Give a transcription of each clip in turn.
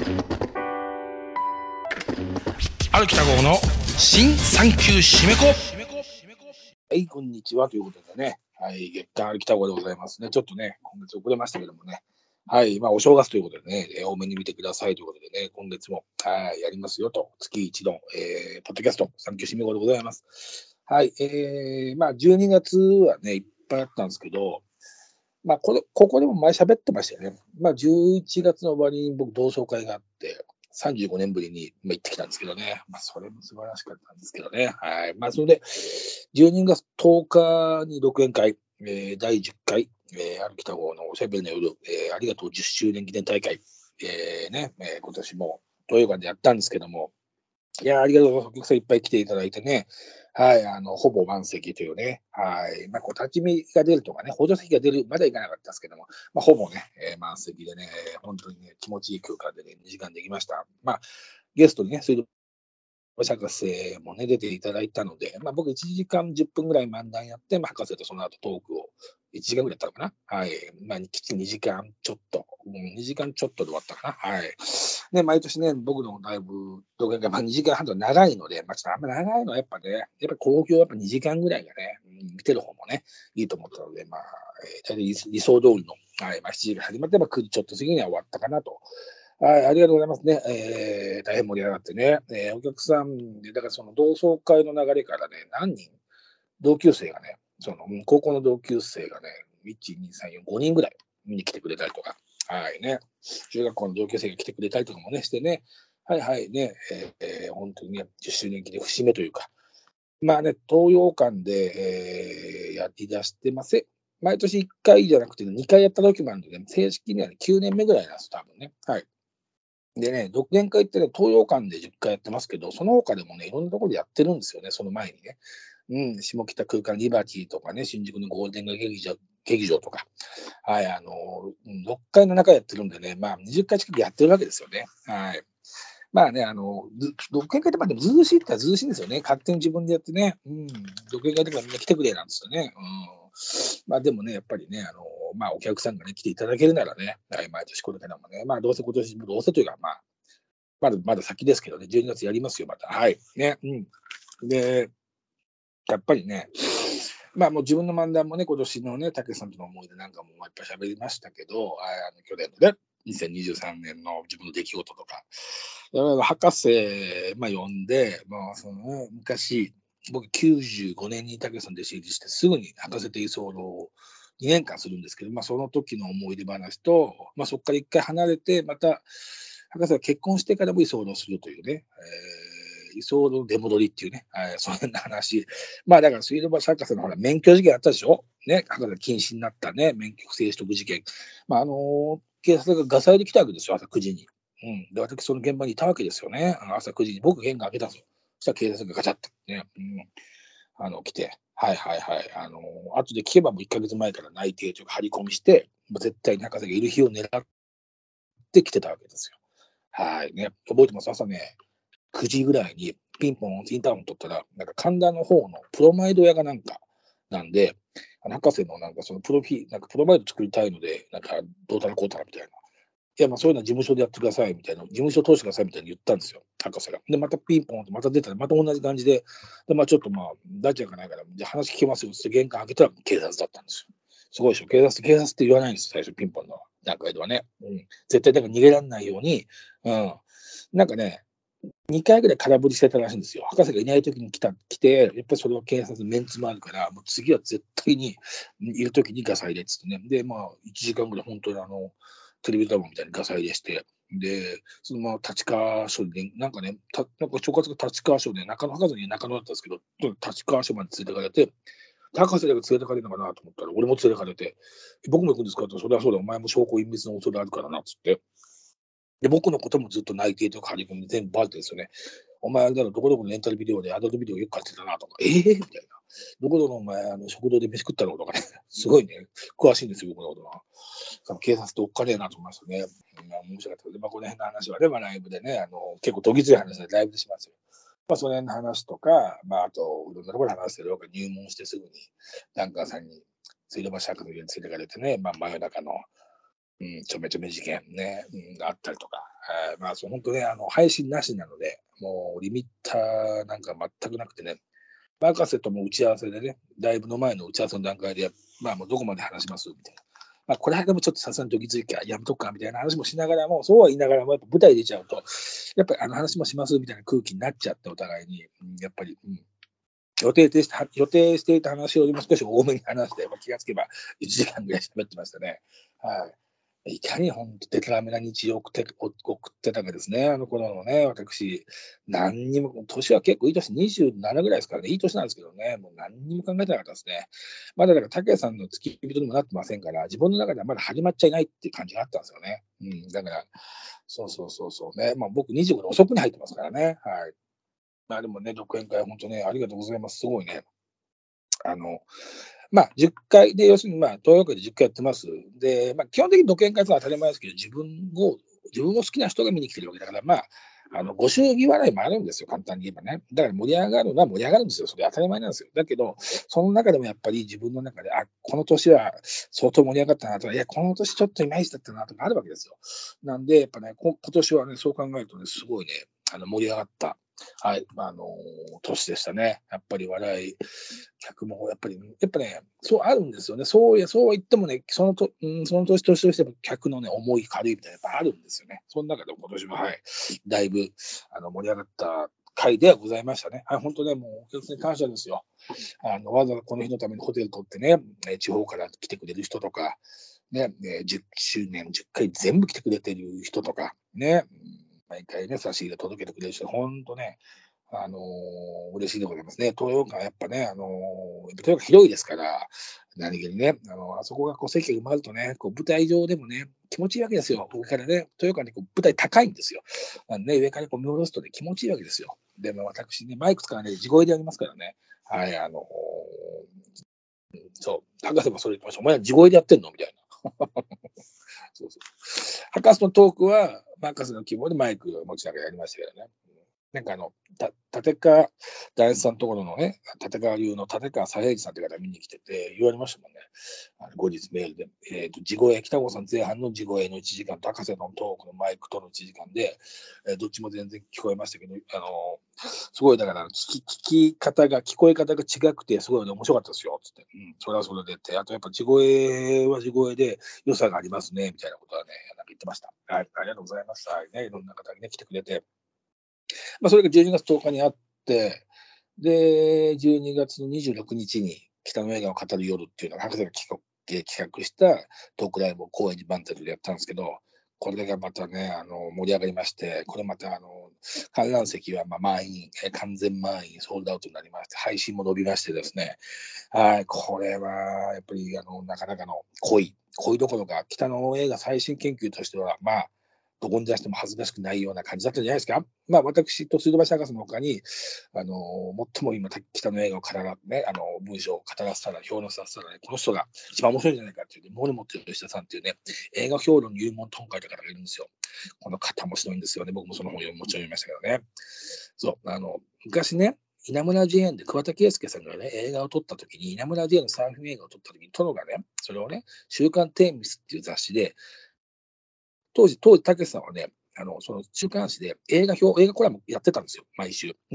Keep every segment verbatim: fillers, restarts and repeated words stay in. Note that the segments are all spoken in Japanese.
歩きた号の新産休締め子。 はい、こんにちはということでね、はい、月刊歩きた号でございますね。ちょっとね、今月遅れましたけどもね、はい、まあお正月ということでね、えー多めに見てくださいということでね、今月も、はい、やりますよと、月一度、えー、ポッドキャスト、産休締め子でございます。はい、えー、まあじゅうにがつはね、いっぱいあったんですけど、まあこれ、ここでも前喋ってましたよね。まあじゅういちがつの終わりに僕同窓会があって、さんじゅうごねんぶりにまあ行ってきたんですけどね。まあそれも素晴らしかったんですけどね。はい。まあそれで、じゅうにがつとおかに独演会、えー、だいじゅっかい、えー、歩きた号のおしゃべりの夜、えー、ありがとうじゅっしゅうねん記念大会、えー、ね、えー、今年も東洋館でやったんですけども、いやー、ありがとうございます。お客さんいっぱい来ていただいてね。はい、あの、ほぼ満席というね。はい。まあ、こう、立ち見が出るとかね、補助席が出るまだいかなかったですけども、まあ、ほぼね、えー満席でね、本当にね、気持ちいい空間でね、にじかんできました。まあ、ゲストにね、水道博士もね、出ていただいたので、まあ、僕いちじかんじゅっぷんぐらい漫談やって、まあ、博士とその後トークをいちじかんぐらいやったのかな。はい。まあ、きっちりにじかんちょっと、うん、にじかんちょっとで終わったかな。はい。ね、毎年ね、僕のライブ、動画がまあにじかんはんと長いので、まあ、ちょっとあんま長いのはやっぱね、やっぱ公共はやっぱにじかんぐらいがね、うん、見てる方もね、いいと思ったので、まあ、えー、大体理理想通りの、はい、まあ、しちじが始まって、まあ、くじちょっと過ぎには終わったかなと。はい、ありがとうございますね。えー、大変盛り上がってね。えー、お客さんで、だからその同窓会の流れからね、何人、同級生がね、その、うん高校の同級生がね、いち、に、さん、よん、ごにんぐらい見に来てくれたりとか、はいね、中学校の同級生が来てくれたりとかもね、してね、はいはいね、えーえー本当にね、じゅっしゅうねん記念節目というか、まあね、東洋館で、えーやり出してません。毎年いっかいじゃなくてにかいやった時もあるんでね、正式には、ね、きゅうねんめぐらいなんです、多分ね。はい。でね、独演会ってね、東洋館でじゅっかいやってますけど、その他でもね、いろんなところでやってるんですよね、その前にね。うん、下北空間リバティとかね、新宿のゴールデン街劇場劇場とか、はい、あの、うんろっかいの中やってるんでね、まあ、にじゅっかい近くやってるわけですよね。はい。まあね、あの、ず独演会ってまあでもずうしいって言ったらずうしいんですよね。勝手に自分でやってね。うん。独演会とかみんな来てくれなんですよね。うん。まあでもね、やっぱりね、あの、まあお客さんがね、来ていただけるならね、はい、毎年これからもね、まあどうせ今年もどうせというか、まあ、まだまだ先ですけどね、じゅうにがつやりますよ、また。はい。ね。うん。で、やっぱりね、まあもう自分の漫談もね、今年のね、たけしさんとの思い出なんかもいっぱい喋りましたけど、ああの去年のね、にせんにじゅうさんねんの自分の出来事とか、博士、まあ、呼んで、まあそのね、昔、僕きゅうじゅうごねんにたけしさん弟子入りして、すぐに博士と居候をにねんかんするんですけど、まあその時の思い出話と、まあそこから一回離れて、また、博士が結婚してからも居候するというね、えー、居候出戻りっていうね、えー、そんな話。まあだから水道橋博士のほら免許事件あったでしょね、博士禁止になったね、免許不正取得事件。まああのー警察がガサ入り来たわけですよ、朝くじに。うん。で、私その現場にいたわけですよね。あの朝くじに僕玄関開けたんですよ。そしたら警察がガチャってね、うん、あの、来て、はいはいはい。あのー後で聞けばもういっかげつまえから内定というか張り込みして、もう絶対に博士がいる日を狙って来てたわけですよ。はいね。覚えてます。朝ね、くじぐらいにピンポンインターホン取ったら、なんか神田の方のプロマイド屋がなんか、なんで、あの博士のなんかそのプロフィー、なんかプロマイド作りたいので、なんかどうたらこうたらみたいな。いや、まあそういうのは事務所でやってくださいみたいな、事務所通してくださいみたいに言ったんですよ、博士が。で、またピンポンってまた出たら、また同じ感じで、で、まあちょっとまあ、大ちゃんがないから、じゃあ話聞けますよって玄関開けたら警察だったんですよ。すごいでしょ。警察って、警察って言わないんです、最初ピンポンの段階ではね。うん。絶対だから逃げられないように、うん。なんかね、にかいぐらい空振りしてたらしいんですよ。博士がいない時に来た、来て、やっぱりそれは警察のメンツもあるから、もう次は絶対にいる時にガサ入れっつってね。で、まあ、いちじかんぐらい本当にあの、テレビドラマみたいにガサ入れして、で、そのまま立川署で、なんかね、たなんか所轄が立川署で、中野博士に中野だったんですけど、立川署まで連れてかれて、博士だけ連れてかれるのかなと思ったら、俺も連れてかれて、僕も行くんですかって、それはそうだ、お前も証拠隠滅の恐れあるからな、つって。で、僕のこともずっと内定とか張り込みで全部バレてるんですよね。お前あれだろ、どこどこのレンタルビデオでアダルトビデオよく買ってたなとか、ええー、みたいな。どこどこのお前、あの食堂で飯食ったのとかね、すごいね、詳しいんですよ、僕のことは。その警察っておっかねえなと思いましたね。まあ、面白かったけど、まあ、この辺の話はね、まあ、ライブでね、あの、結構どぎつい話でライブでしますよ。まあ、その辺の話とか、まあ、あと、いろんなところで話してるわけ入門してすぐに、ダンカーさんに、水道橋博の家に連れてかれてね、まあ、真夜中の、うん、ちょめちょめ事件ね、うん、があったりとか、 はい、まあ、そう、本当ね、あの、配信なしなので、もうリミッターなんか全くなくてね、博士とも打ち合わせでね、ライブの前の打ち合わせの段階で、まあ、もうどこまで話しますみたいな。まあ、これはでもちょっとさすがにドキついからやめとくかみたいな話もしながらも、そうは言いながらも、やっぱ舞台出ちゃうと、やっぱりあの話もしますみたいな空気になっちゃって、お互いに、うん、やっぱり、うん、予定して予定していた話よりも少し多めに話して、まあ、気がつけばいちじかんぐらい喋ってましたね。はい。いかに本当、でたらめな日常を送って送ってたかですね、あの頃のね、私、何にも、年は結構いい年、にじゅうななぐらいですからね、いい年なんですけどね、もう何にも考えてなかったですね。まだだから、竹谷さんの付き人にもなってませんから、自分の中ではまだ始まっちゃいないっていう感じがあったんですよね。うん、だから、そうそうそうそうね、まあ僕にじゅうごで遅くに入ってますからね、はい。まあでもね、独演会、本当ね、ありがとうございます。すごいね。あの、まあ、じゅっかいで、要するに、まあ、東洋会でじゅっかいやってます。で、まあ、基本的に独演会は当たり前ですけど、自分を、自分を好きな人が見に来てるわけだから、まあ、あの、ご祝儀笑いもあるんですよ、簡単に言えばね。だから盛り上がるのは盛り上がるんですよ。それ当たり前なんですよ。だけど、その中でもやっぱり自分の中で、あ、この年は相当盛り上がったなとか、いや、この年ちょっといまいちだったなとかあるわけですよ。なんで、やっぱね、こ今年はね、そう考えるとね、すごいね、あの、盛り上がった。はい、あのー年でしたね。やっぱり笑い、客もやっぱり、やっぱね、そうあるんですよね。そうや、そうは言ってもね、そのと、うん、その年としても客のね、重い軽いみたいな、やっぱあるんですよね。その中でも今年は、はい、だいぶ、あの、盛り上がった回ではございましたね。はい、本当ね、もうお客さんに感謝ですよ。あの、わざわざこの日のためにホテル取ってね、え地方から来てくれる人とか、ね、えーじゅっしゅうねん、じゅっかい全部来てくれてる人とか、ね、うん毎回ね、差し入れ届けてくれる人、本当ね、あのー嬉しいでございますね。東洋館はやっぱね、あのー東洋館広いですから、何気にね、あのあそこがこう席が埋まるとね、こう舞台上でもね、気持ちいいわけですよ。上からね、東洋館でこう舞台高いんですよ。あのね、上からこう見下ろすとね、気持ちいいわけですよ。でも私ね、マイク使わないで地声でやりますからね。はい、あのーそう、博士もそれ言ってました。お前は地声でやってんのみたいな。そうそう。博士のトークは、博士の希望でマイクを持ちながらやりましたけどね。なんかあの、た立川大さんのところのね、立川流の立川左平次さんって方見に来てて、言われましたもんね。あの後日メールで。えっ、と、地声、北郷さん前半の地声のいちじかんと、博士のトークのマイクとのいちじかんで、えーどっちも全然聞こえましたけど、あのすごい、だから聞き、聞き方が、聞こえ方が違くて、すごい面白かったですよ、つって。うん、それはそれでって。あとやっぱ地声は地声で良さがありますね、みたいなことはね、なんか言ってました。はい、ありがとうございました。はいね、いろんな方にね、来てくれて。まあ、それがじゅうにがつとおかにあって、で、じゅうにがつのにじゅうろくにちに北の映画を語る夜っていうのが博士が企画企画したトークライブを高円寺バンテルでやったんですけど、これがまたね、あの、盛り上がりまして、これまた、あの、観覧席はまあ満員、え完全満員、ソールドアウトになりまして、配信も伸びましてですね、はい、これは、やっぱり、あの、なかなかの濃い、濃いどころか、北の映画最新研究としては、まあ、どこに出しても恥ずかしくないような感じだったんじゃないですか。まあ、私と水道橋博士の他に、あの、最も今、北の映画を語ら、ね、あの、文章を語らせたら、評論させたら、ね、この人が一番面白いんじゃないかっていう、ね、モルモット吉田さんっていうね、映画評論入門トンカイという方がいるんですよ。この方面白いんですよね。僕もその本をもちろん読みましたけどね。そう、あの、昔ね、稲村ジェーンで桑田佳祐さんがね、映画を撮った時に、稲村ジェーンのサーフィン映画を撮った時に、殿がね、それをね、週刊テーミスっていう雑誌で、当時、当時、たけしさんはね、あの、その週刊誌で映画表、映画コラムやってたんですよ、毎週。うん。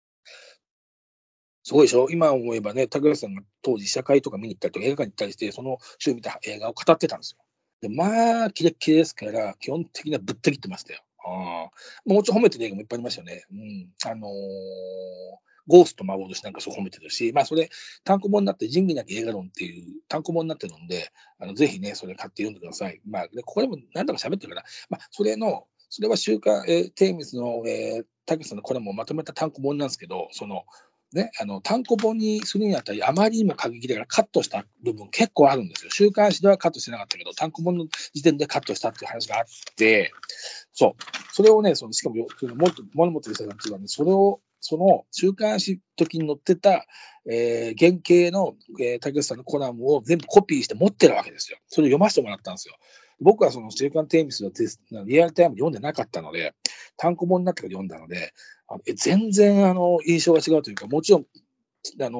すごいでしょ今思えばね、たけしさんが当時試写会とか見に行ったりとか映画館に行ったりして、その週見た映画を語ってたんですよ。で、まあ、キレッキレですから、基本的にはぶった切ってましたよ。ああ。もちろん褒めてる映画もいっぱいありましたよね。うん。あのーゴースト幻なんかそう褒めてるし、まあそれ、単行本になって仁義なき映画論っていう単行本になってるんで、あの、ぜひね、それ買って読んでください。まあ、でここでも何とか喋ってるから、まあ、それの、それは週刊、えー、テーミスの、えー、たけしさんのこれもまとめた単行本なんですけど、その、ね、あの単行本にするにあたり、あまりにも過激だからカットした部分結構あるんですよ。週刊誌ではカットしてなかったけど、単行本の時点でカットしたっていう話があって、そう。それをね、そのしかもよ、もっと、ものもとさんっていうのはね、それを、その週刊誌時に載ってた、えー、原型の、えー、竹内さんのコラムを全部コピーして持ってるわけですよ。それを読ませてもらったんですよ。僕はその週刊テーミスのリアルタイムで読んでなかったので、単行本になってから読んだので、あのえ全然あの印象が違うというか、もちろん、あの、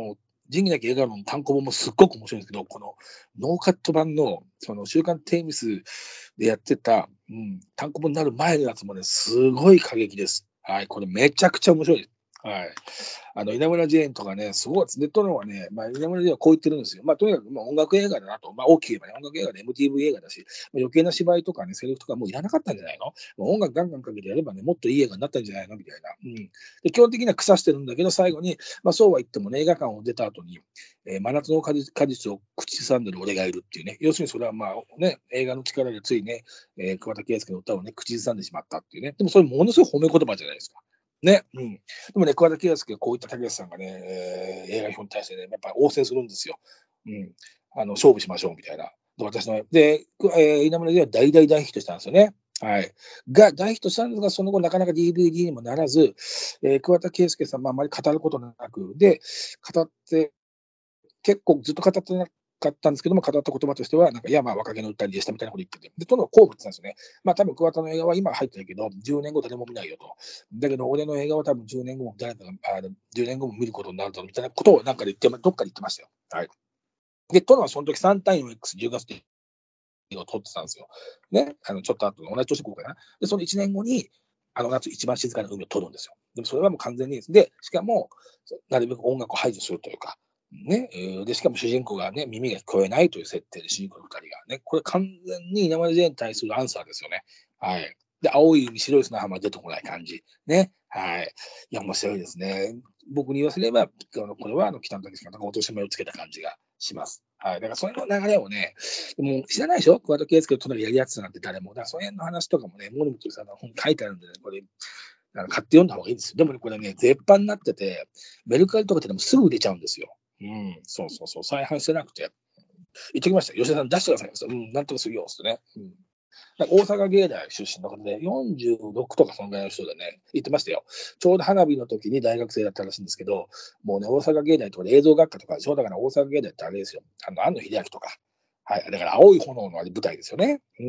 仁義なき笑顔の単行本もすっごく面白いんですけど、このノーカット版の、その週刊テイムスでやってた、うん、単行本になる前のやつもね、すごい過激です。はい、これめちゃくちゃ面白いです。はい。あの、稲村ジェーンとかね、すごい、ネットのはね、まあ、稲村ジェーンはこう言ってるんですよ。まあ、とにかく、まあ、音楽映画だなと。まあ、大きい言えばね、音楽映画で エムティーブイ 映画だし、まあ、余計な芝居とかね、セリフとかもういらなかったんじゃないの？もう音楽ガンガンかけてやればね、もっといい映画になったんじゃないのみたいな。うん。で、基本的には腐してるんだけど、最後に、まあ、そうは言ってもね、映画館を出た後に、えー真夏の果実果実を口ずさんでる俺がいるっていうね。要するにそれはまあね、映画の力でついね、えー桑田佳祐の歌をね、口ずさんでしまったっていうね。でもそれものすごい褒め言葉じゃないですか。ね。うん。でもね、桑田佳祐がこういった竹内さんがね、えー映画表に対してね、やっぱり応戦するんですよ。うん。あの、勝負しましょうみたいな。で私の、で、くえー稲村では大大大ヒットしたんですよね。はい。が、大ヒットしたんですが、その後なかなか ディーブイディー にもならず、えー桑田佳祐さんもあまり語ることなく、で、語って、結構ずっと語ってなかったんですけども、語った言葉としては、なんか、いや、まあ、若気の至りでしたみたいなこと言ってて、で、との後部って言ったんですよね。まあ、多分桑田の映画は今入ってるけど、じゅうねんご誰も見ないよと。だけど、俺の映画は多分じゅうねんごも誰かが、あのじゅうねんごも見ることになるだろうみたいなことをなんかで言って、どっかで言ってましたよ。はい。で、トノはその時さん単位の エックスじゅうがつでを撮ってたんですよ。ね。あの、ちょっと後の同じ年こうかな。で、そのいちねんごに、あの夏一番静かな海を撮るんですよ。でもそれはもう完全に、で、しかも、なるべく音楽を排除するというか、ね、えーで、しかも主人公がね、耳が聞こえないという設定で、主人公のふたりがね、これ完全に稲村ジェーンに対するアンサーですよね。はい。で、青い海、白い砂浜出てこない感じ。ね。はい。いや、面白いですね。僕に言わせれば、あのこれはあの北野武さんが落とし前をつけた感じがします。はい。だからその流れをね、もう知らないでしょ桑田佳祐と隣やり合ってたなんて誰も。だからその辺の話とかもね、モルムというさんの本に書いてあるんでね、これ、あの買って読んだ方がいいんですよ。でもね、これね、絶版になってて、メルカリとかでもすぐ売れちゃうんですよ。うん、そうそうそう、再販してなくて。言ってきました。吉田さん出してください。うん、なんとかするよ、ってね。うん大阪芸大出身の方で、よんじゅうろくとかそのぐらいの人でね、言ってましたよ。ちょうど花火の時に大学生だったらしいんですけど、もうね、大阪芸大とかで映像学科とかでしょ、だから大阪芸大ってあれですよ。あの、庵野秀明とか。はい。だから青い炎のあれ舞台ですよね。うん。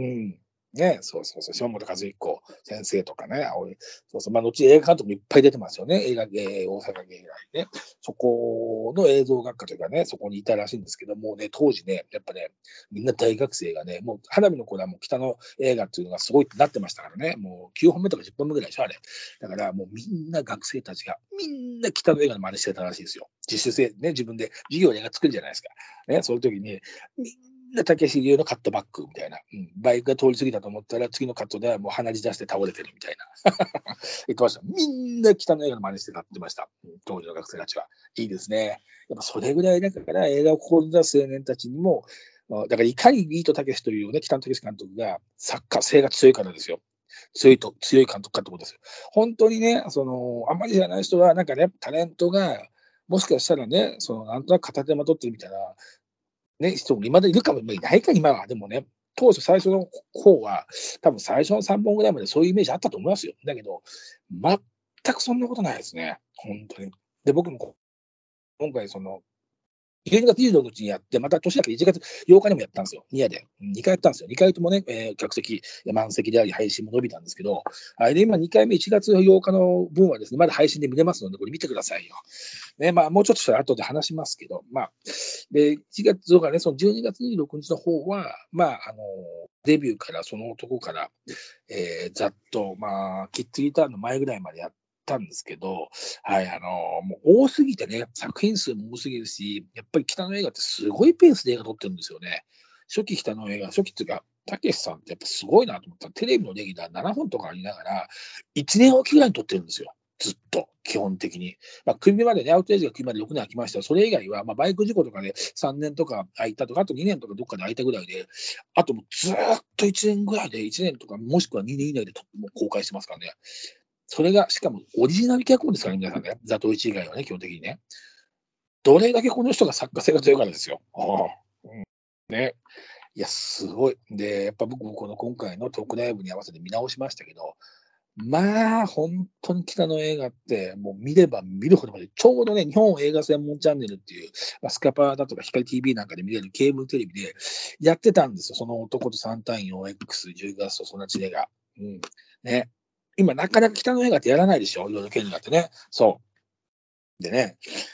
ね、そうそうそう、島本和彦先生とかね、青い、そうそう、まあ、後映画監督もいっぱい出てますよね、映画芸、大阪芸大ね。そこの映像学科というかね、そこにいたらしいんですけどもね、当時ね、やっぱね、みんな大学生がね、もう花火の頃はもう北の映画っていうのがすごいってなってましたからね、もうきゅうほんめとかじゅっぽんめぐらいでしょ、あれ。だからもうみんな学生たちが、みんな北の映画の真似してたらしいですよ。自主性、ね、自分で授業で映画作るじゃないですか。ね、そういう時に、みんな竹重流のカットバックみたいな、うん、バイクが通り過ぎたと思ったら、次のカットではもう鼻血出して倒れてるみたいな。言ってました。みんな北の映画の真似してたって言ってました。うん当時の学生たちは。いいですね。やっぱそれぐらいだから映画を志す青年たちにも、あだからいかにビートたけしというね、北野武監督が作家性が強いからですよ。強いと、強い監督かってことですよ。本当にね、その、あんまり知らない人は、なんかね、タレントが、もしかしたらね、その、なんとなく片手間取ってるみたいな、ね、人も未だいるかも、まあいないか、今は。でもね、当初最初の方は、多分最初のさんぼんぐらいまでそういうイメージあったと思いますよ。だけど、全くそんなことないですね。本当に。で、僕もこ今回、その、じゅうにがつにじゅうろくにちにやって、また年明けいちがつようかにもやったんですよ。にやで。にかいやったんですよ。にかいともね、えー客席、満席であり、配信も伸びたんですけど、あれで今にかいめいちがつようかの分はですね、まだ配信で見れますので、これ見てくださいよ。ね、まあ、もうちょっとしたら後で話しますけど、まあ、で、いちがつとかね、そのじゅうにがつにじゅうろくにちの方は、まあ、あの、デビューからその男から、えーざっと、まあ、キッズリターンの前ぐらいまでやったんですけど、はい、あの、もう多すぎてね、作品数も多すぎるし、やっぱり北の映画ってすごいペースで映画撮ってるんですよね。初期北の映画、初期っていうか、たけしさんってやっぱすごいなと思ったら、テレビのレギュラーななほんとかありながら、いちねんおきぐらいに撮ってるんですよ。ずっと、基本的に。まあ、首までね、アウトエイジが首までろくねん空きました。それ以外は、まあ、バイク事故とかでさんねんとか空いたとか、あとにねんとかどっかで空いたぐらいで、あともうずーっといちねんぐらいで、いちねんとか、もしくはにねん以内でともう公開してますからね。それが、しかもオリジナル脚本ですからね、皆さんね。ザトウイチ以外はね、基本的にね。どれだけこの人が作家性が強いからですよ。ああうんね。いや、すごい。で、やっぱ僕もこの今回のトークライブに合わせて見直しましたけど、まあ、本当に北の映画って、もう見れば見るほどまで、ちょうどね、日本映画専門チャンネルっていう、まあ、スカパーだとか光 ティーブイ なんかで見れるケーブルテレビでやってたんですよ。その男とさん単位 オーエックス、じゅうがつとそんな地でが。うん。ね。今、なかなか北の映画ってやらないでしょいろいろ権利があってね。そう。でね。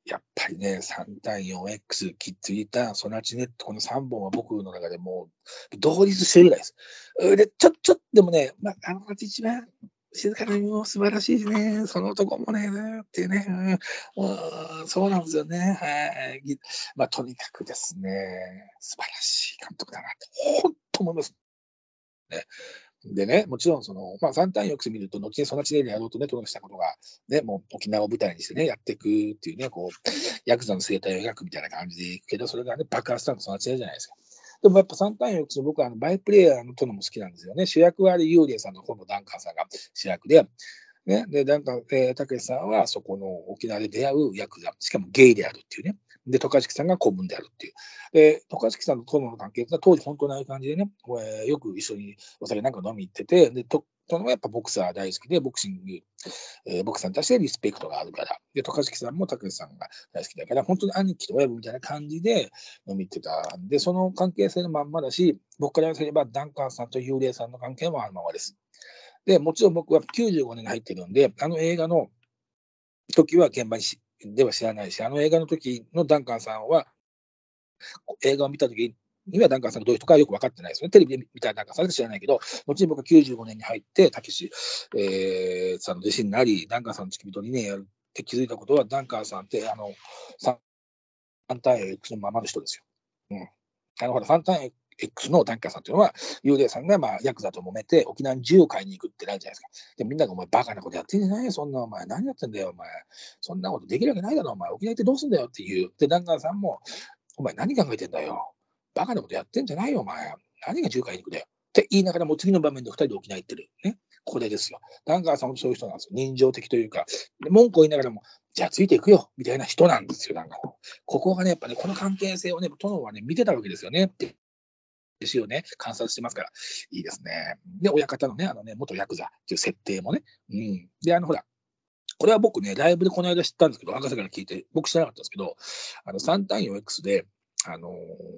やっぱりね、さんたんよんエックス、キッズリターン、ソナチネット、このさんぼんは僕の中でもう同率してるぐらいです。うで、ちょ、ちょっとでもね、まあ、あの一番静かな海も素晴らしいしね、その男もね、っていうね、うん、うん、そうなんですよね。はい。ぎまあ、とにかくですね、素晴らしい監督だなと、ほんと思いますね。でね、もちろんその、まあ、さんたんよんエックス見ると、後にその地でやろうとね、としたことが、ね、もう沖縄を舞台にしてね、やっていくっていうね、こう、ヤクザの生態を描くみたいな感じでいくけど、それがね、爆発したのがその地じゃないですか。でもやっぱさんたんよんエックスの僕はあのバイプレイヤーのとのも好きなんですよね。主役はあれ、ユーリエさんの方のダンカンさんが主役で、ね、で、ダンカン、えー、たけしさんはそこの沖縄で出会うヤクザ、しかもゲイであるっていうね。で、渡嘉敷さんが古文であるっていう。で、渡嘉敷さんと殿の関係が当時本当にああいう感じでね、えーよく一緒にお酒なんか飲み行ってて、で、と殿はやっぱボクサー大好きで、ボクシング、えー、ボクサーに対してリスペクトがあるから、で、渡嘉敷さんもたけしさんが大好きだから、本当に兄貴と親分みたいな感じで飲み行ってたんで、その関係性のまんまだし、僕からすればダンカンさんと幽霊さんの関係もあるままです。で、もちろん僕はきゅうじゅうごねんに入ってるんで、あの映画の時は現場にしでは知らないし、あの映画の時のダンカンさんは、映画を見た時にはダンカンさんがどういう人かよく分かってないですね。テレビで見たダンカンさんしか知らないけど、後に僕はきゅうじゅうごねんに入って、たけし、えーさんの弟子になり、ダンカンさんの付き人にねんやるって気づいたことは、ダンカンさんって、あの、さんたんよんエックスのままの人ですよ。うん。あの、ほら、さんたんよんエックスのダンカンさんっていうのは、幽霊さんが、まあ、ヤクザと揉めて、沖縄に銃を買いに行くってなるじゃないですか。で、みんなが、お前、バカなことやってんじゃないよ、そんな、お前、何やってんだよ、お前。そんなことできるわけないだろ、お前。沖縄行ってどうすんだよっていう。で、ダンカンさんも、お前、何考えてんだよ。バカなことやってんじゃないよ、お前。何が銃買いに行くだよ。って言いながら、もう次の場面でふたりで沖縄行ってる。ね。これですよ。ダンカンさんもそういう人なんですよ。人情的というか、で文句を言いながらも、じゃあついていくよ、みたいな人なんですよ、なんか。ここがね、やっぱね、この関係性をね、殿はね、見てたわけですよね。ってですよね、観察してますから、いいですね。で、親方のね、あのね、元ヤクザっていう設定もね。うん。で、あの、ほら、これは僕ね、ライブでこの間知ったんですけど、博士から聞いて、僕知らなかったんですけど、あの、さんたんよんエックスで、あのー、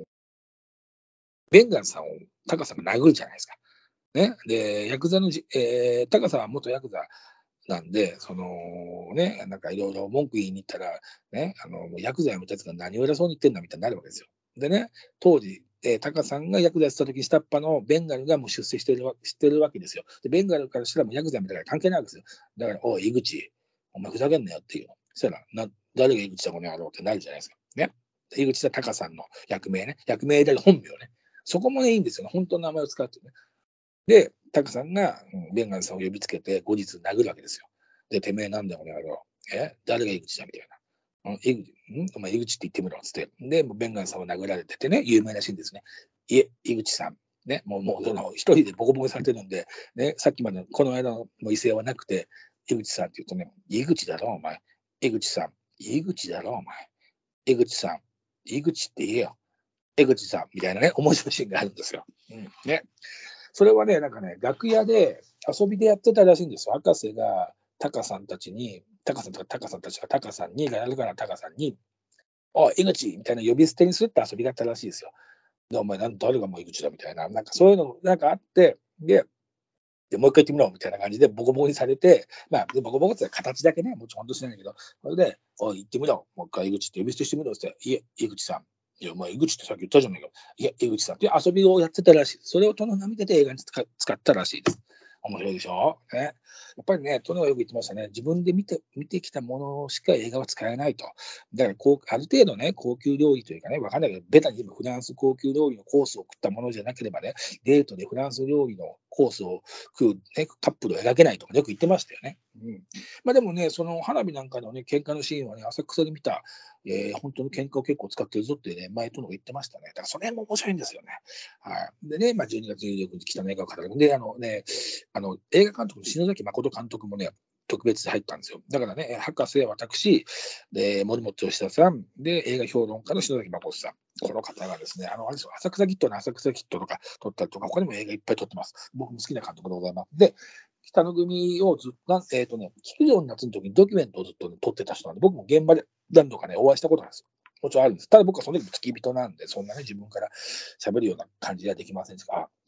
ベンガンさんをタカさんが殴るじゃないですか。ね。で、ヤクザのじ、えー、タカさんは元ヤクザなんで、そのね、なんかいろいろ文句言いに行ったら、ね、あの、ヤクザやめたやつが何を偉そうに言ってんだみたいになるわけですよ。でね、当時、えー、タカさんがヤクザやってた時、下っ端のベンガルがもう出世してるわしてるわけですよ。で、ベンガルからしたらもうヤクザみたいな関係ないわけですよ。だから、おい、井口、お前ふざけんなよっていうの。そしたら、な誰が井口だこの野郎ってなるじゃないですか。ね。井口はタカさんの役名ね。役名で本名ね。そこもね、いいんですよね。本当の名前を使うっていうね。で、タカさんが、うん、ベンガルさんを呼びつけて、後日殴るわけですよ。で、てめえなんだよ、この野郎。え誰が井口だみたいな。うん、井口、んお前井口って言ってみろっつって。で、もうベンガルさんは殴られててね、有名らしいんですね。いえ、井口さん。ね、もう、もう、その、一人でボコボコにされてるんで、ね、さっきまでのこの間の威勢はなくて、井口さんって言うとね、井口だろ、お前。井口さん。井口だろ、お前。井口さん。井口って言えよ。江口さん。みたいなね、面白いシーンがあるんですよ。うん。ね。それはね、なんかね、楽屋で遊びでやってたらしいんですよ。博士がタカさんたちに、タカさんとかタカさんたちがタカさんに、やるからタカさんに、おい、井口みたいな呼び捨てにするって遊びだったらしいですよ。で、お前、なん誰がもう井口だみたいな、なんかそういうのなんかあって、で、でもう一回言ってみろみたいな感じでボコボコにされて、まあ、でボコボコって形だけね、もちろん本当しないんだけど、それで、おい、言ってみろ、もう一回井口って呼び捨てしてみろって言って、いえ、井口さん。いや、お前、井口ってさっき言ったじゃないか。いや、井口さんって遊びをやってたらしい。それを殿が見てて映画に使使ったらしいです。面白いでしょね。やっぱりね、殿がよく言ってましたね。自分で見て、見てきたものしか映画は使えないと。だからこう、ある程度ね、高級料理というかね、わかんないけど、ベタに言えばフランス高級料理のコースを食ったものじゃなければね、デートでフランス料理のコースを食う、ね、カップルを描けないとかよく言ってましたよね。うん。まあでもね、その花火なんかのね、喧嘩のシーンはね、浅草で見た、えー、本当の喧嘩を結構使ってるぞってね、前とのが言ってましたね。だからそれも面白いんですよね。はい。でね、まあじゅうにがつじゅうにじゅうくにち北の映画を語る。で、あのね、あの、映画監督の篠崎誠監督もね、特別で入ったんですよ。だからね、博士、私、で、森本義田さん、で、映画評論家の篠崎誠さん。この方がですね、あの、あれですよ、浅草キッドの浅草キッドとか撮ったりとか、他にも映画いっぱい撮ってます。僕も好きな監督でございます。で、北の組をずっと、えっ、ー、とね、菊城夏の時にドキュメントをずっと、ね、撮ってた人なんで、僕も現場で何度かね、お会いしたことなんですよ。もちろんあるんです。ただ僕はその時付き人なんで、そんなね、自分から喋るような感じではできませんが、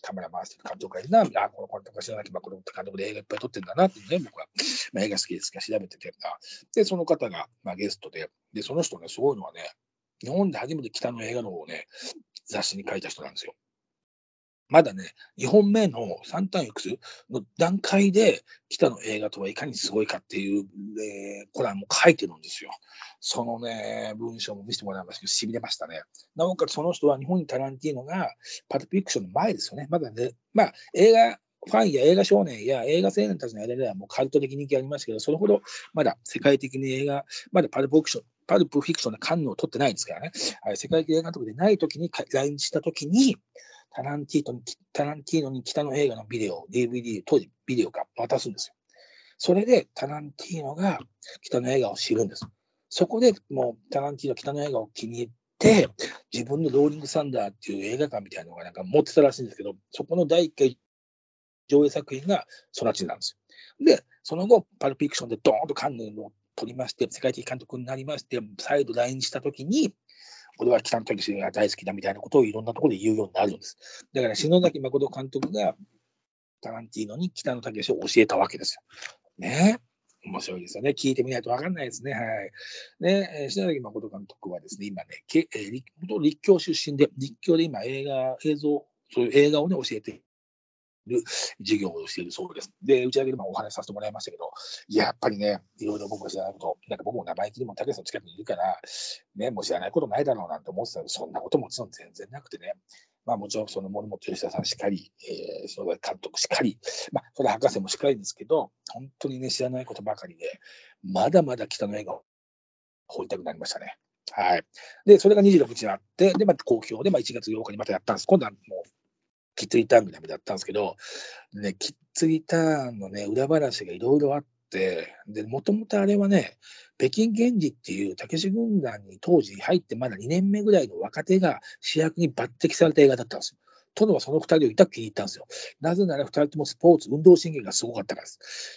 カメラ回してる監督がいるな、あ、この監督が知らなきゃ、この監督で映画いっぱい撮ってるんだなってね、僕は、まあ、映画好きですから調べてて、で、その方が、まあ、ゲストで、で、その人ね、すごいのはね、日本で初めて北の映画のをね、雑誌に書いた人なんですよ。まだね、にほんめのサンタンユクスの段階で、北の映画とはいかにすごいかっていう、えー、コラムも書いてるんですよ。そのね、文章も見せてもらいましたけど、痺れましたね。なおかつその人は日本にタランティーノがパルプフィクションの前ですよね。まだね、まあ、映画ファンや映画少年や映画青年たちの間ではもうカルト的人気ありますけど、それほどまだ世界的に映画、まだパルプフィクション、パルプフィクションのカンヌを取ってないですからね。はい、世界的映画監督でない時に来日した時に、タランティーノに、タランティーノに北の映画のビデオ、ディーブイディー、当時ビデオが渡すんですよ。それでタランティーノが北の映画を知るんです。そこでもうタランティーノ北の映画を気に入って、自分のローリングサンダーっていう映画館みたいなのがなんか持ってたらしいんですけど、そこの第一回上映作品がそのちなんですよ。で、その後、パルピクションでドーンとカンヌを取りまして、世界的監督になりまして、再度来日したときに、俺は北野武が大好きだみたいなことをいろんなところで言うようになるんです。だから篠崎誠監督がタランティーノに北野武を教えたわけですよ。ね。面白いですよね。聞いてみないと分かんないですね。はい。ね、篠崎誠監督はですね、今ね、けえー、立立教出身で、立教で今映画、映像、そういう映画をね、教えてる授業をしているそうです。で、打ち上げでもお話しさせてもらいましたけど、いや、やっぱりね、いろいろ僕が知らないこと、なんか僕も生意気にも、たけしの近くにいるから、ね、もう知らないことないだろうなんて思ってたけど、そんなこともちろん全然なくてね、まあもちろんその森本吉田さんしっかり、えー、その監督しっかり、まあ、それ博士もしっかりですけど、本当にね、知らないことばかりで、まだまだ北の映画を掘りたくなりましたね。はい。で、それがにじゅうろくにちにあって、で、また好評で、まあ、いちがつようかにまたやったんです。今度はもう、キッズリターンみたいなのやったんですけど、ね、キッズリターンのね、裏話がいろいろあって、で、もともとあれはね、北京源氏っていうたけし軍団に当時入ってまだにねんめぐらいの若手が主役に抜擢された映画だったんですよ。殿はそのふたりをいたく気に入ったんですよ。なぜならふたりともスポーツ、運動神経がすごかったからです。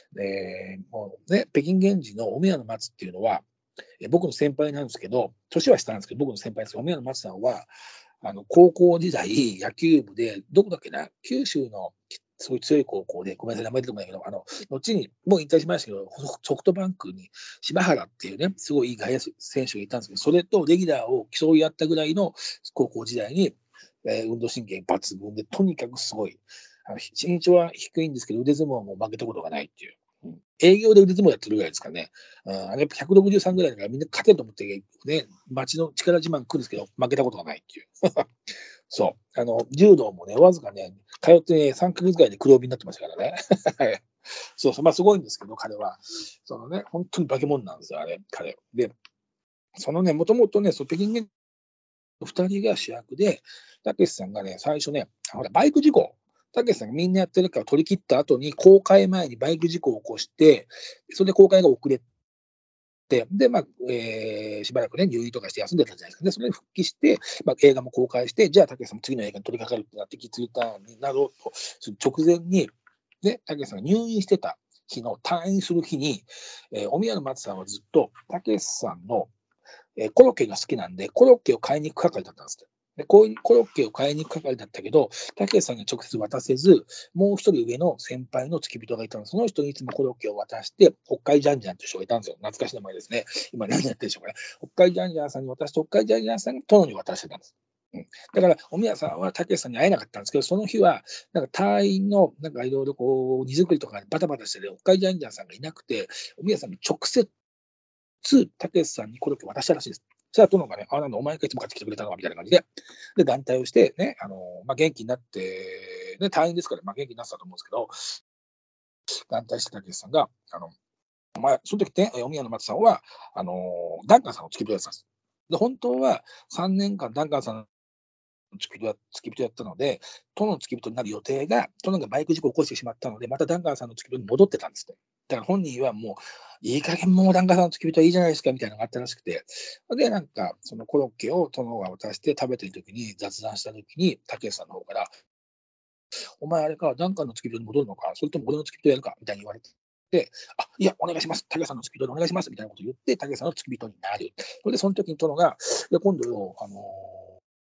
で、もうね、北京源氏のお宮の松っていうのは、え僕の先輩なんですけど、年は下なんですけど、僕の先輩ですけど、お宮の松さんは、あの、高校時代、野球部で、どこだっけな、九州のすごい強い高校で、ごめんなさい、名前出てこないけど、あの、後に、もう引退しましたけど、ソフトバンクに柴原っていうね、すごいいい外野選手がいたんですけど、それとレギュラーを競い合ったぐらいの高校時代に、えー運動神経抜群で、とにかくすごい。あの身長は低いんですけど、腕相撲も負けたことがないっていう。うん、営業で腕相撲やってるぐらいですからね。うん、あれやっぱひゃくろくじゅうさんぐらいだからみんな勝てると思って、ね、街の力自慢来るんですけど、負けたことがないっていう。そう。あの、柔道もね、わずかね、通って、ね、さんかげつぐらいで黒帯になってましたからね。そうそう、まあすごいんですけど、彼は。そのね、本当に化け物なんですよ、あれ、彼。で、そのね、もともとね、そう北京現ふたりが主役で、たけしさんがね、最初ね、ほら、バイク事故。たけしさんがみんなやってるから取り切った後に、公開前にバイク事故を起こして、それで公開が遅れて、で、まあ、えーしばらくね、入院とかして休んでたじゃないですか。で、それで復帰して、まあ、映画も公開して、じゃあ、たけしさんも次の映画に取り掛かるってなって、キッズリターンになろうとする直前に、ね、たけしさんが入院してた日の退院する日に、えーお宮の松さんはずっと、たけしさんのえーコロッケが好きなんで、コロッケを買いに行く係だったんですよ。で、こういうコロッケを買いに行く係だったけど、たけしさんに直接渡せず、もう一人上の先輩の付き人がいたので、その人にいつもコロッケを渡して、北海ジャンジャンという人がいたんですよ。懐かしい名前ですね。今何やってるでしょうかね。北海ジャンジャンさんに渡して、北海ジャンジャンさんが殿に渡してたんです。うん、だから、お宮さんはたけしさんに会えなかったんですけど、その日は、なんか隊員の、なんかいろいろこう、荷造りとかバタバタしてて、北海ジャンジャンさんがいなくて、お宮さんに直接、たけしさんにコロッケを渡したらしいです。そしたら殿がね、あ、なんだ、お前がいつも買ってきてくれたのかみたいな感じで、で、団体をして、ね、あの、まあ、元気になって、ね、隊員ですから、まあ、元気になってたと思うんですけど、団体してたけしさんが、あの、お前、その時ね、お宮の松さんは、あの、ダンカンさんの付き人やってたんです。で、本当はさんねんかんダンカンさんの付き人や付き人やったので、殿の付き人になる予定が、殿がバイク事故を起こしてしまったので、またダンカンさんの付き人に戻ってたんですって。だから本人はもう、いい加減もうダンカンさんの付き人はいいじゃないですかみたいなのがあったらしくて、で、なんか、そのコロッケを殿が渡して食べてる時に、雑談した時に、たけしさんの方から、お前あれか、ダンカンの付き人に戻るのか、それとも俺の付き人やるかみたいに言われて。で、あ、いや、お願いします。たけしさんの付き人でお願いします。みたいなことを言って、たけしさんの付き人になる。それで、その時に殿が、いや、今度よ、あのー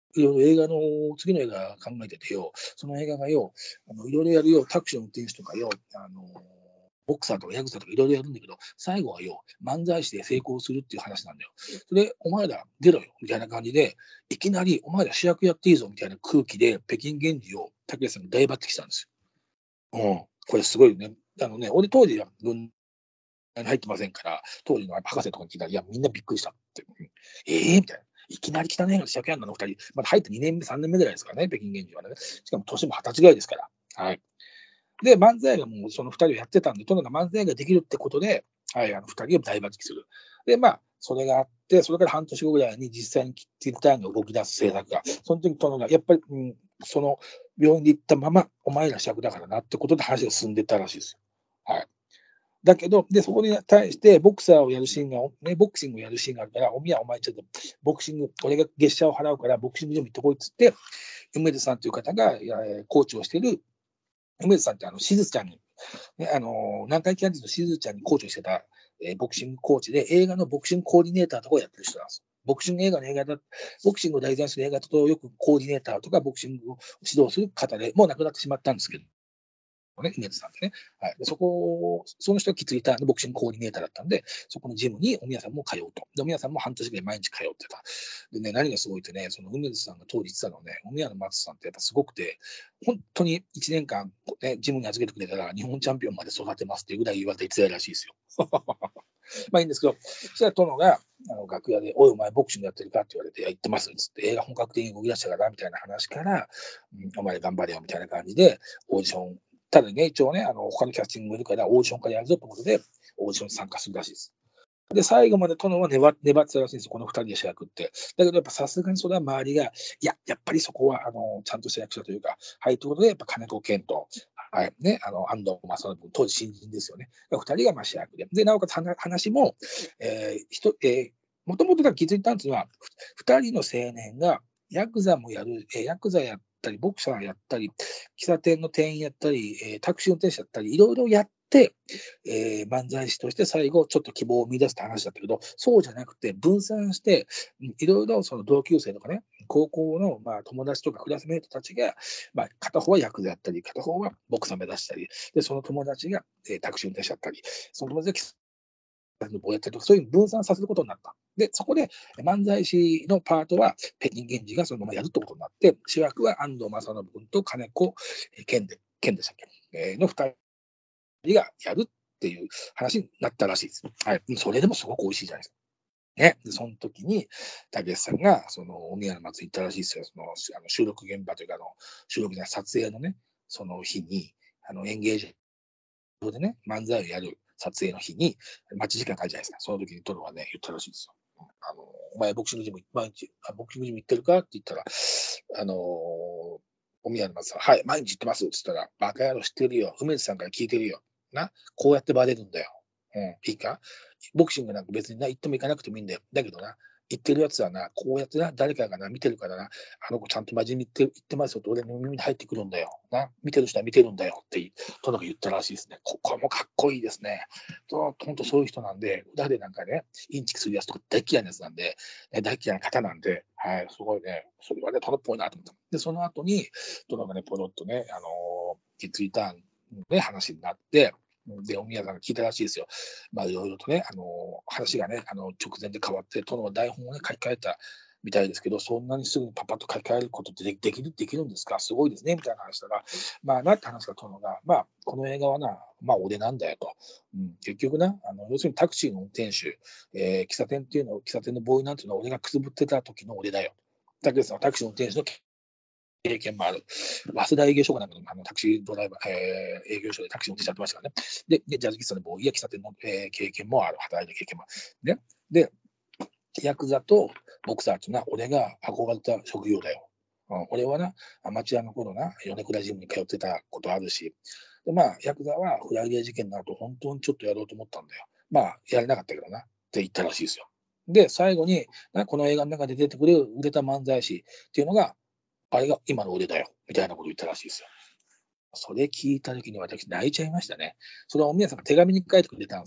いろいろ映画の、次の映画考えててよ、その映画がよ、あのいろいろやるよ、タクシーの運転手とかよ、あのボクサーとかヤクザとかいろいろやるんだけど、最後はよ、漫才師で成功するっていう話なんだよ。それで、お前ら出ろよ、みたいな感じで、いきなり、お前ら主役やっていいぞ、みたいな空気で、北京原人を、武さんが大抜擢したんですよ。うん。これすごいよね。あのね、俺当時は軍に入ってませんから、当時の博士とかに聞いたら、いや、みんなびっくりしたって。うん、ええー、みたいな。いきなり汚いの主役やんののふたり、まだ入ってにねんめ、さんねんめぐらいですからね、北京原人はね。しかも年もはたちぐらいですから。はい。で、漫才がもうそのふたりをやってたんで、とにかく漫才ができるってことで、はい、あのふたりを大抜擢する。で、まあ、それがあって、それから半年後ぐらいに実際にキッズリターンが動き出す制作が、その時とのが、やっぱり、うん、その病院に行ったまま、お前ら主役だからなってことで話が進んでったらしいですよ。はい。だけど、で、そこに対して、ボクサーをやるシーンが、ね、ボクシングをやるシーンがあるから、おみや、お前ちょっと、ボクシング、俺が月謝を払うから、ボクシングジム行ってこいっつって、梅津さんという方が、いやコーチをしている、梅津さんって、あの、しずちゃんに、ね、あの、南海キャンディーズのしずちゃんにコーチをしてた、えーボクシングコーチで、映画のボクシングコーディネーターとかをやってる人なんです。ボクシング映画の映画だ、ボクシングを題材する映画とよくコーディネーターとかボクシングを指導する方で、もう亡くなってしまったんですけど、ね、梅津さんってね。はい。でそこ、その人がキッズリターンのボクシングコーディネーターだったんで、そこのジムにお宮さんも通うと。で、お宮さんも半年ぐらい毎日通ってた。でね、何がすごいってね、その梅津さんが当時言ってたのはね、お宮の松さんってやっぱすごくて、本当にいちねんかん、ね、ジムに預けてくれたら日本チャンピオンまで育てますっていうぐらい言われて言ってたらしいですよ。まあいいんですけど、そしたら殿があの楽屋で、おい、お前ボクシングやってるかって言われて、いや、言ってますっつって、映画本格的に動き出したからみたいな話から、うん、お前頑張れよみたいな感じで、オーディション、ただね、一応ね、あの他のキャスティングもいるから、オーディションからやるぞということで、オーディションに参加するらしいです。で、最後まで殿は粘粘ってたらしいんですよ、このふたりで主役って。だけど、やっぱさすがにそれは周りが、いや、やっぱりそこは、あの、ちゃんとした役者というか、はい、ということで、やっぱ金子健と、はい、ね、あの、安藤正信、当時新人ですよね。ふたりがまあ主役で。で、なおかつ話も、えー、ひと、えー、もともとが気づいたんですが、ふたりの青年が、ヤクザもやる、えー、ヤクザやったり、ボクサーやったり、喫茶店の店員やったり、えー、タクシー運転手やったり、いろいろやって、えー、漫才師として最後ちょっと希望を見出すって話だったけど、そうじゃなくて分散して、いろいろその同級生とかね、高校のまあ友達とかクラスメートたちが、まあ、片方はヤクザやったり、片方はボクサー目指したり、で、その友達が、えー、タクシー運転手やったり、その友達がの棒やったりとか、そういう分散させることになった。で、そこで漫才師のパートは北京源氏がそのままやるってことになって、主役は安藤正信君と金子健で、健でしたっけ、えー、の二人がやるっていう話になったらしいです。はい。それでもすごく美味しいじゃないですか。ね。で、その時に、たけしさんが、その、お宮の松行ったらしいですよ。その、あの収録現場というか、あの、収録で撮影のね、その日に、あの、演芸場でね、漫才をやる撮影の日に、待ち時間があるじゃないですか。その時にトロはね、言ったらしいですよ。あの、お前ボクシングジム、毎日、あボクシングジム行ってるかって言ったら、あのー、お宮の松さん、はい、毎日行ってますって言ったら、バカ野郎知ってるよ。梅津さんから聞いてるよ。な、こうやってバレるんだよ。うん、いいか、ボクシングなんか別にな、行っても行かなくてもいいんだよ。だけどな、行ってるやつはな、こうやってな、誰かがな、見てるからな、あの子ちゃんと真面目に言って言ってますよって俺の耳に入ってくるんだよ。な、見てる人は見てるんだよって、とにかく言ったらしいですね。ここもかっこいいですね。と、本当そういう人なんで、裏でなんかね、インチキするやつとか大嫌いなやつなんで、ね、大嫌いな方なんで、はい、すごいね、それはね、トロっぽいなと思った。で、その後に、となんかね、ポロッとね、あのー、キッズリターンのね、話になって、で、お宮さんが聞いたらしいですよ。まあ、いろいろとね、あの、話がね、あの、直前で変わって、殿は台本をね、書き換えたみたいですけど、そんなにすぐにパパッと書き換えることってでできる、できるんですか、すごいですね、みたいな話したら、まあ、なって話が殿が、まあ、この映画はな、まあ、俺なんだよと。うん、結局な、あの、要するにタクシーの運転手、えー、喫茶店っていうの、喫茶店のボーイなんていうのは俺がくすぶってた時の俺だよ。だけどさ、タクシーの運転手の経験もある。早稲田営業所かなんかのあのタクシードライバー、えー、営業所でタクシー運転手やってましたからね。で、でジャズ喫茶でも、いや、喫茶店の、えー、経験もある。働いた経験もある。ね。で、ヤクザとボクサーっていうのは、俺が憧れた職業だよ。うん、俺はな、アマチュアの頃な、米倉ジムに通ってたことあるし、で、まあ、ヤクザはフライデー事件になると本当にちょっとやろうと思ったんだよ。まあ、やれなかったけどな、って言ったらしいですよ。で、最後に、この映画の中で出てくる売れた漫才師っていうのが、あれが今の俺だよ、みたいなこと言ったらしいですよ。それ聞いたときに私泣いちゃいましたね。それはお宮さんが手紙に書いてくれたんですよ。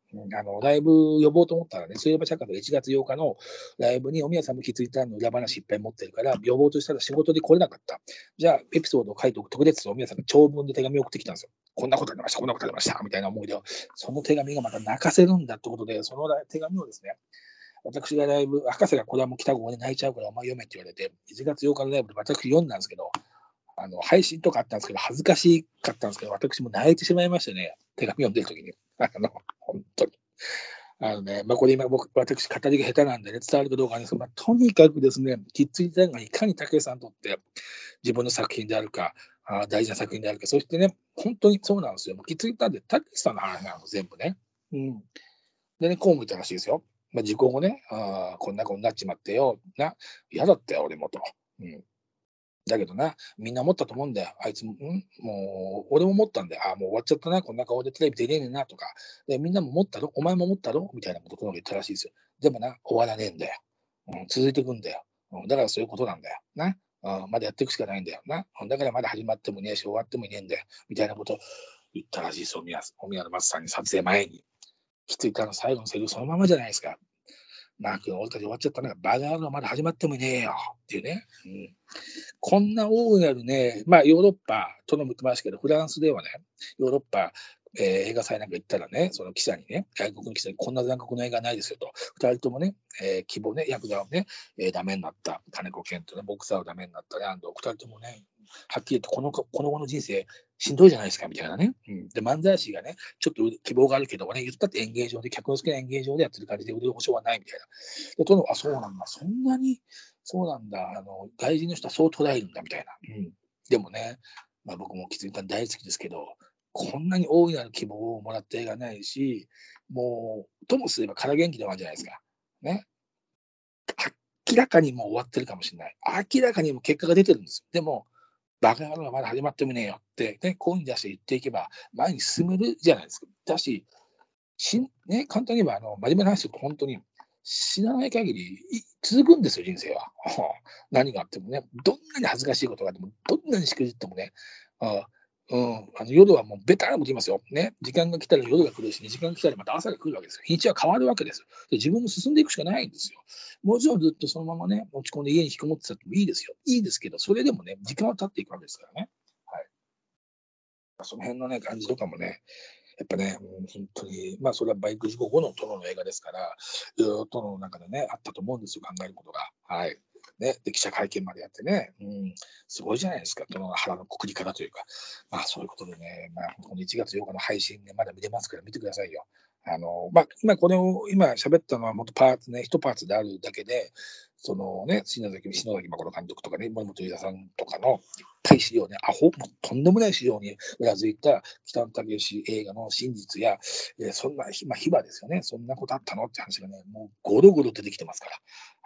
うんあのライブ呼ぼうと思ったらね、そういえば社会のいちがつようかのライブに、おみやさんも気づいたの裏話いっぱい持ってるから、呼ぼうとしたら仕事で来れなかった。じゃあ、エピソードを書いておく特別と、おみやさんが長文で手紙を送ってきたんですよ。こんなことありました、こんなことありました、みたいな思いで、その手紙がまた泣かせるんだってことで、その手紙をですね、私がライブ、博士がこれはもう来た号で泣いちゃうからお前読めって言われて、いちがつようかのライブで私読んだんですけど、あの配信とかあったんですけど、恥ずかしかったんですけど、私も泣いてしまいましてね、手紙読んでるときに。あの、本当に。あのね、まあ、これ今僕、私、語りが下手なんでね、伝わるかどうかなんですけど、まあ、とにかくですね、キッズリターンがいかに武井さんにとって自分の作品であるか、あ大事な作品であるか、そしてね、本当にそうなんですよ。キッズリターンって武井さんの話なの、全部ね。うん。でね、こうも言ったらしいですよ。まあ、時効後ね、あこんなことになっちまってよ、な、嫌だったよ、俺もと。うん。だけどな、みんな思ったと思うんだよ。あいつも、んもう、俺も思ったんだよ。あもう終わっちゃったな、こんな顔でテレビ出れねえな、とか。で、みんなも思ったろお前も思ったろみたいなことを言ったらしいですよ。でもな、終わらねえんだよ。うん、続いていくんだよ。うん、だからそういうことなんだよ。な。うん、まだやっていくしかないんだよ。な。だからまだ始まってもねえし、終わってもいねえんだよ。みたいなことを言ったらしいですよ、宮宮野松さんに撮影前に。きついから最後のセリフそのままじゃないですか。マー君、俺たち終わっちゃったね。バカ野郎まだ始まってもいねえよ。っていうね。うん、こんな大いなるね、まあヨーロッパとのも言ってましたけど、フランスではね、ヨーロッパ、えー映画祭なんか行ったらね、その記者にね、外国の記者にこんな残酷な映画ないですよと、二人ともね、えー希望ね、ヤクザをね、えーダメになった、金子健とね、ボクサーをダメになったね、安藤、二人ともね、はっきり言ってこの、この後の人生、しんどいじゃないですか、みたいなね。うん、で、漫才師がね、ちょっと希望があるけどね、言ったって演芸場で、客の好きな演芸場でやってる感じで売れる保証はないみたいな。で、とのあ、そうなんだ、そんなに、そうなんだ、あの、外人の人はそう捉えるんだ、みたいな。うん。でもね、まあ僕も気づいた大好きですけど、こんなに大いなる希望をもらった映画ないし、もう、ともすれば空元気でもあるじゃないですか。ね。明らかにもう終わってるかもしれない。明らかにもう結果が出てるんですよ。でも、バカ野郎がまだ始まってもねえよって、ね、声に出して言っていけば、前に進めるじゃないですか。だし、しんね、簡単に言えば、あの、真面目な話すると本当に、死なない限りい続くんですよ、人生は。何があってもね、どんなに恥ずかしいことがあっても、どんなにしくじってもね、あうん、あの夜はもうベタなこと言いますよ。ね、時間が来たら夜が来るし、ね、時間が来たらまた朝が来るわけですよ。日にちは変わるわけですよ。で自分も進んでいくしかないんですよ。もちろんずっとそのままね、落ち込んで家に引きこもってたってもいいですよ。いいですけど、それでもね、時間は経っていくわけですからね。はい。その辺のね、感じとかもね、やっぱね、もう本当に、まあ、それはバイク事故後の殿の映画ですから、いろいろ殿の中でね、あったと思うんですよ、考えることが。はい。ね、で、記者会見までやってね、うん、すごいじゃないですか、殿の腹のくくり方というか、まあ、そういうことでね、まあ、このいちがつようかの配信ね、まだ見れますから見てくださいよ。あの、まあ、今これを、今喋ったのは、もっとパーツね、一パーツであるだけで、そのね、篠崎、篠崎誠監督とかね、森本裕太さんとかの、いっぱい資料ね、アホ、もうとんでもない資料に裏付いた北野武映画の真実や、えーそんな、まあ、秘話ですよね。そんなことあったのって話がね、もうゴロゴロ出てきてますから。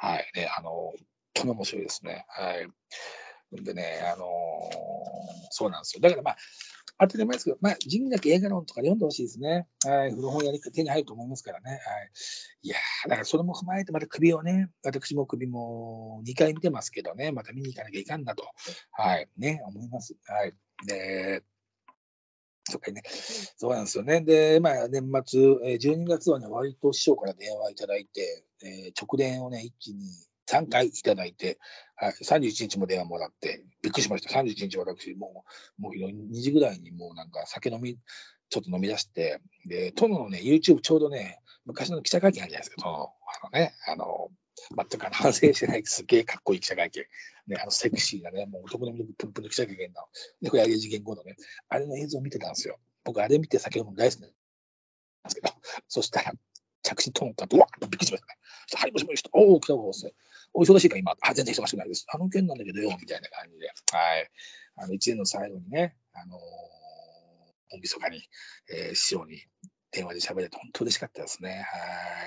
はい。ね、あの、本当に面白いですね。はい。でね、あのーそうなんですよ。だからまあ、当たり前ですけど、まあ、地味なき映画論とか読んでほしいですね。はい。古本屋に手に入ると思いますからね。はい。いやー、だからそれも踏まえて、また首をね、私も首もにかい見てますけどね、また見に行かなきゃいかんなと、はい、ね、思います。はい。で、そっかね。そうなんですよね。で、まあ、年末、えーじゅうにがつはね、割と師匠から電話いただいて、えー直電をね、一気にさんかいいただいて、はい、さんじゅういちにちも電話もらって、びっくりしました。さんじゅういちにち私、もう、もうにじぐらいにもうなんか酒飲み、ちょっと飲み出して、で、殿のね、YouTube ちょうどね、昔の記者会見あるじゃないですか、殿の、あのね、あの、全くあの反省してない、すげえかっこいい記者会見。ね、あのセクシーなね、もう男の魅力プンプンの記者会見の、で、これ、あげ事件後のね、あれの映像を見てたんですよ。僕、あれ見て酒飲むの大好きなんですけど、そしたら、着信トーンったと、うわっとびっくりしましたね。はい、もしもし、おお、来たぞ、お忙しいか、今。あ、全然忙しくないです。あの件なんだけどよ、みたいな感じで。はい。あの、一年の最後にね、あのー、大晦日に、えー、師匠に電話で喋れて、本当嬉しかったですね。はい。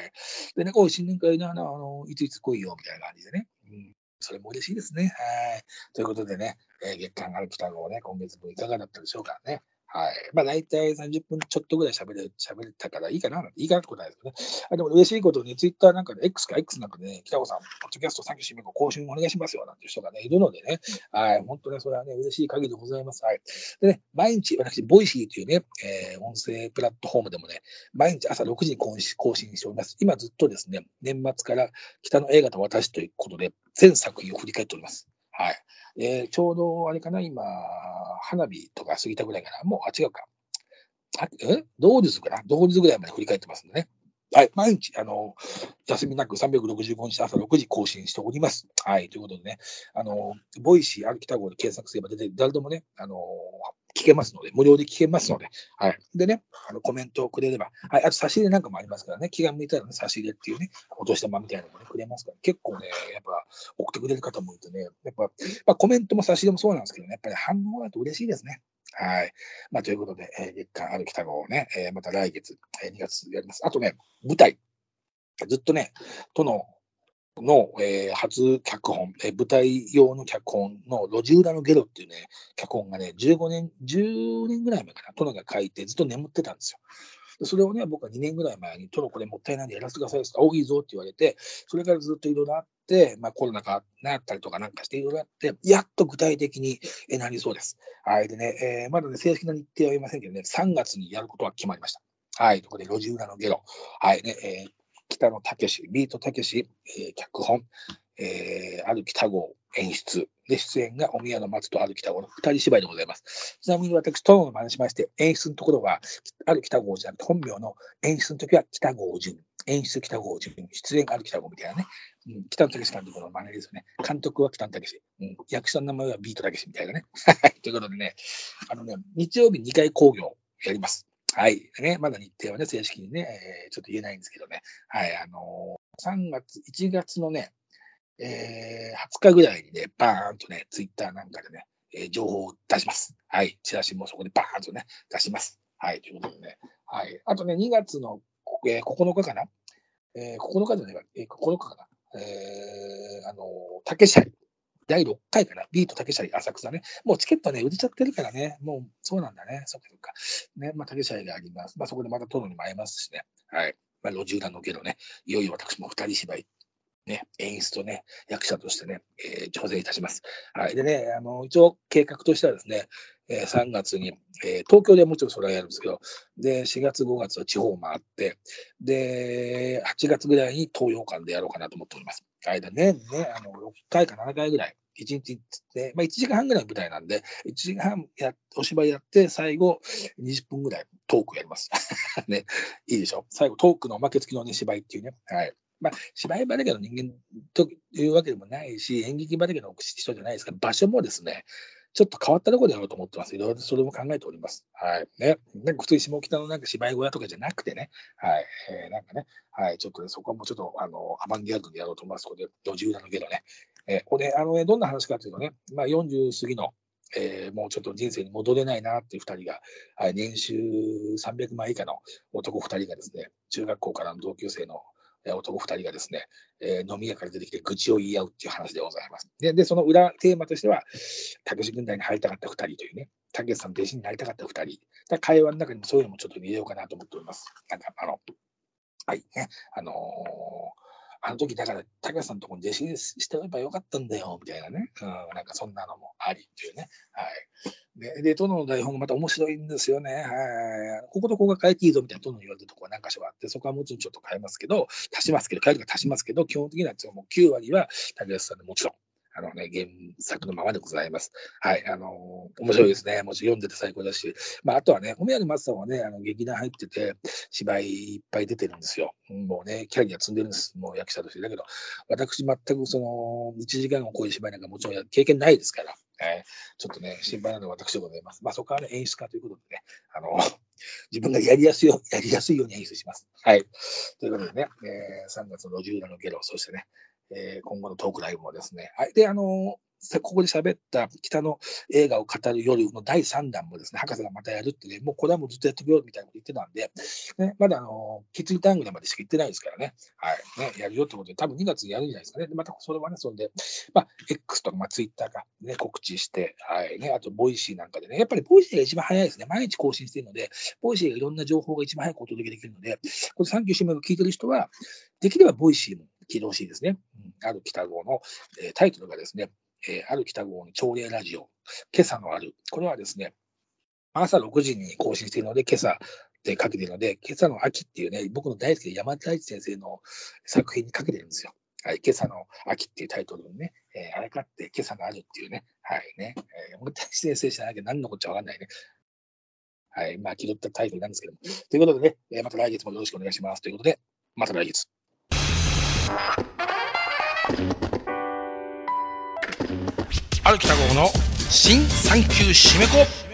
でね、こう、新年会の、あの、いついつ来いよ、みたいな感じでね。うん。それも嬉しいですね。はい。ということでね、えー月間アルピタ号ね、今月分いかがだったでしょうかね。 はい。まあ、大体さんじゅっぷんちょっとぐらい喋れ、喋れたからいいかな、なんていいかなってことないですけどね。あ、でも嬉しいことに、ツイッターなんかで、X か X なんかでね、北尾さん、ポッドキャストさんきゅう締め後更新お願いしますよ、なんていう人がね、いるのでね。はい。本当ね、それはね、嬉しい限りでございます。はい。でね、毎日、私、ボイシーというね、えー音声プラットフォームでもね、毎日朝ろくじに更新更新しております。今ずっとですね、年末から北の映画と私ということで、全作品を振り返っております。はい。えーちょうど、あれかな、今、花火とか過ぎたぐらいかな。もう、あ、違うか。あえ同日かな同日ぐらいまで振り返ってますんでね。はい。毎日、あの、休みなくさんびゃくろくじゅうごにち朝ろくじ更新しております。はい。ということでね、あの、ボイシー、アルキタ号で検索すれば出て、誰でもね、あの、聞けますので、無料で聞けますので、はい。でね、あのコメントをくれれば、はい。あと差し入れなんかもありますからね、気が向いたらね、差し入れっていうね、お年玉みたいなのもね、くれますから、結構ね、やっぱ送ってくれる方もいてね、やっぱ、まあ、コメントも差し入れもそうなんですけどね、やっぱり反応があると嬉しいですね。はい。まあ、ということで、えー月間ある北号をね、えーまた来月、えーにがつやります。あとね、舞台、ずっとね、殿の、えー初脚本、えー舞台用の脚本の路地裏のゲロっていうね、脚本がね、じゅうごねん、じゅうねんぐらい前かな、殿が書いてずっと眠ってたんですよ。でそれをね、僕はにねんぐらい前に、殿これもったいないんでやらせてくださいって言ったら、おいいぞって言われて、それからずっといろいろあって、まあコロナがなったりとかなんかしていろいろあって、やっと具体的にえーなりそうです。はい。でね、えーまだね、正式な日程は言いませんけどね、さんがつにやることは決まりました。はい。ということで、路地裏のゲロ。はい。ね、えー北野武、ビートたけし、えー脚本、えー、ある北郷演出。で、出演がお宮の松とある北郷の二人芝居でございます。ちなみに私、殿の真似しまして、演出のところは、ある北郷じゃなくて、本名の演出の時は北郷淳。演出北郷淳。出演ある北郷みたいなね。うん、北野武監督の真似ですよね。監督は北野武。うん、役者の名前はビートたけしみたいなね。ということでね、あのね、日曜日にかい興行やります。はい。ね、まだ日程はね、正式にね、えーちょっと言えないんですけどね。はい。あのー、さんがつ、いちがつのね、えーはつかぐらいにね、バーンとね、ツイッターなんかでね、えー情報を出します。はい。チラシもそこでバーンとね、出します。はい。ということでね。はい。あとね、にがつの、えーここのかかな、えー、ここのかじゃないか、えー、ここのかかな。えー、あのー、竹シャリ。だいろっかいかな。ビート竹シャリ浅草ね。もうチケットね、売れちゃってるからね。もうそうなんだね。そっかそっか。ね、まあ竹シャリがあります。まあそこでまた殿にも会えますしね。はい。まあ路地裏のゲロね。いよいよ私も二人芝居ね、演出とね、役者としてね、えー挑戦いたします。はい。でね、あの、一応計画としてはですね、えーさんがつに、えー東京でもちろんそれはやるんですけど、で、しがつ、ごがつは地方を回って、で、はちがつぐらいに東洋館でやろうかなと思っております。はい。で年ね、あの、ろっかいかななかいぐらい、いちにちで、まあいちじかんはんぐらいの舞台なんで、いちじかんはんや、お芝居やって、最後、にじゅっぷんぐらいトークやります。ね、いいでしょ。最後、トークのおまけ付きのね、芝居っていうね。はい。まあ、芝居畑の人間というわけでもないし、演劇畑の人じゃないですから、場所もですね、ちょっと変わったところでやろうと思ってます。いろいろそれも考えております。はい。ね。なんか普通に下北のなんか芝居小屋とかじゃなくてね、はい。えーなんかね、はい。ちょっとね、そこはもうちょっと、あの、アバンギャルドでやろうと思います。これで、路地裏のゲロね。えーこれ、あのね、どんな話かというとね、まあ、よんじゅう過ぎの、えーもうちょっと人生に戻れないなっていうふたりが、はい、年収さんびゃくまん以下の男ふたりがですね、中学校からの同級生のえー男ふたりがですね、えー飲み屋から出てきて愚痴を言い合うっていう話でございます。で、でその裏テーマとしては、たけし軍団に入りたかったふたりというね、たけしさんの弟子になりたかったふたり、だ会話の中にもそういうのもちょっと入れようかなと思っております。なんか、あの、はいね、あのーあの時だから、たけしさんのところに弟子してればよかったんだよ、みたいなね。うん、なんかそんなのもありっていうね。はい。で、で、殿の台本がまた面白いんですよね。はい。こことここが変えていいぞみたいな殿の言われるところが何か所があって、そこはもちろんちょっと変えますけど、足しますけど、変えるか足しますけど、基本的にはもうきゅうわりは竹内さんでもちろん。あのね、原作のままでございます。はい。あのー面白いですね。もちろん読んでて最高だし。まあ、あとはね、お宮の松さんはね、あの、劇団入ってて、芝居いっぱい出てるんですよ。うんもうね、キャリア積んでるんです。もう役者として。だけど、私全くその、いちじかんを超える芝居なんかもちろんや経験ないですから、えーちょっとね、心配なのは私でございます。まあ、そこはね、演出家ということでね、あの、自分がやりやすいよ、やりやすいように演出します。はい。ということでね、えーさんがつの路地裏のゲロ、そしてね、 えー、今後のトークライブもですね。はい。で、あのーここで喋った北の映画を語る夜のだいさんだんもですね、博士がまたやるってね、もうこれはもうずっとやってくよみたいなこと言ってたんで、ね、まだあの、決意タイムまでしか言ってないですからね。はい。ね、やるよってことで、多分にがつにやるんじゃないですかね。で、またそれはね、そんで、まあ、X とか、まあ、Twitter がね、告知して、はいね、あと、ボイシーなんかでね、やっぱりボイシーが一番早いですね。毎日更新しているので、ボイシーがいろんな情報が一番早くお届けできるので、これさんきゅう締めを聞いてる人は、できればボイシーも聞いてほしいですね。うん、ある北号の、えー、タイトルがですね、えー、ある北号の朝礼ラジオ、今朝のある。これはですね、朝ろくじに更新しているので、今朝でかけているので、今朝の秋っていうね、僕の大好きな山田大地先生の作品にかけてるんですよ。はい、今朝の秋っていうタイトルにね、えー、あれかって今朝があるっていうね、はいね、えー、山田大地先生じゃなきゃ何のこっちゃわかんないね。はい、まあ、気取ったタイトルなんですけども。ということでね、えー、また来月もよろしくお願いします。ということで、また来月。 ある北号の新産休締め子。